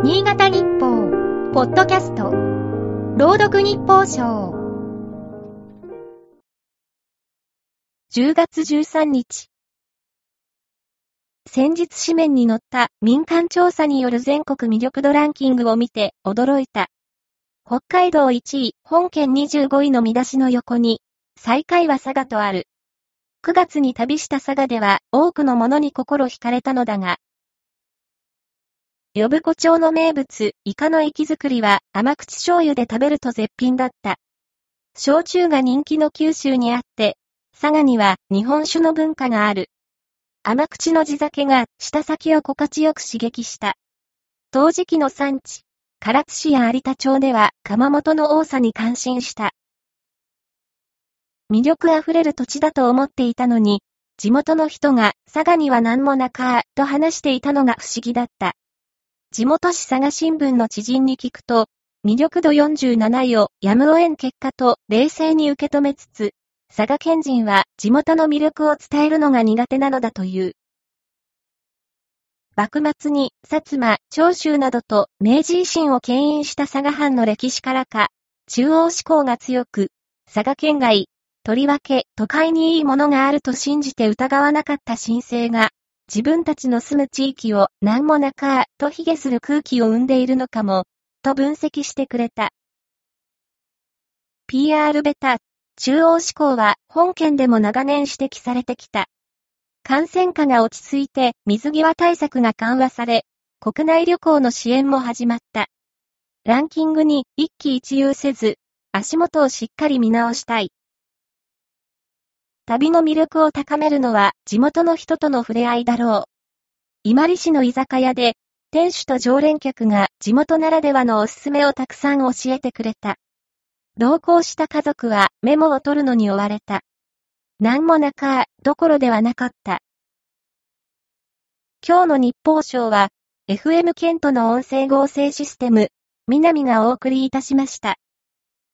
新潟日報、ポッドキャスト、朗読日報賞。10月13日。先日紙面に載った民間調査による全国魅力度ランキングを見て驚いた。北海道1位、本県25位の見出しの横に、最下位は佐賀とある。9月に旅した佐賀では多くのものに心惹かれたのだが、呼子町の名物、イカの活作りは甘口醤油で食べると絶品だった。焼酎が人気の九州にあって、佐賀には日本酒の文化がある。甘口の地酒が舌先を心地よく刺激した。陶磁器の産地、唐津市や有田町では窯元の多さに感心した。魅力あふれる土地だと思っていたのに、地元の人が佐賀には何もなかと話していたのが不思議だった。地元紙佐賀新聞の知人に聞くと、魅力度47位をやむを得ん結果と冷静に受け止めつつ、佐賀県人は地元の魅力を伝えるのが苦手なのだという。幕末に薩摩、長州などと明治維新を牽引した佐賀藩の歴史からか、中央志向が強く、佐賀県外、とりわけ都会にいいものがあると信じて疑わなかった新生が、自分たちの住む地域を何もなかと卑下する空気を生んでいるのかも、と分析してくれた。PR ベタ、中央志向は本県でも長年指摘されてきた。感染禍が落ち着いて水際対策が緩和され、国内旅行の支援も始まった。ランキングに一喜一憂せず、足元をしっかり見直したい。旅の魅力を高めるのは地元の人との触れ合いだろう。伊万里市の居酒屋で、店主と常連客が地元ならではのおすすめをたくさん教えてくれた。同行した家族はメモを取るのに追われた。なんもなかどころではなかった。今日の日報賞は、FM ケントの音声合成システム、南がお送りいたしました。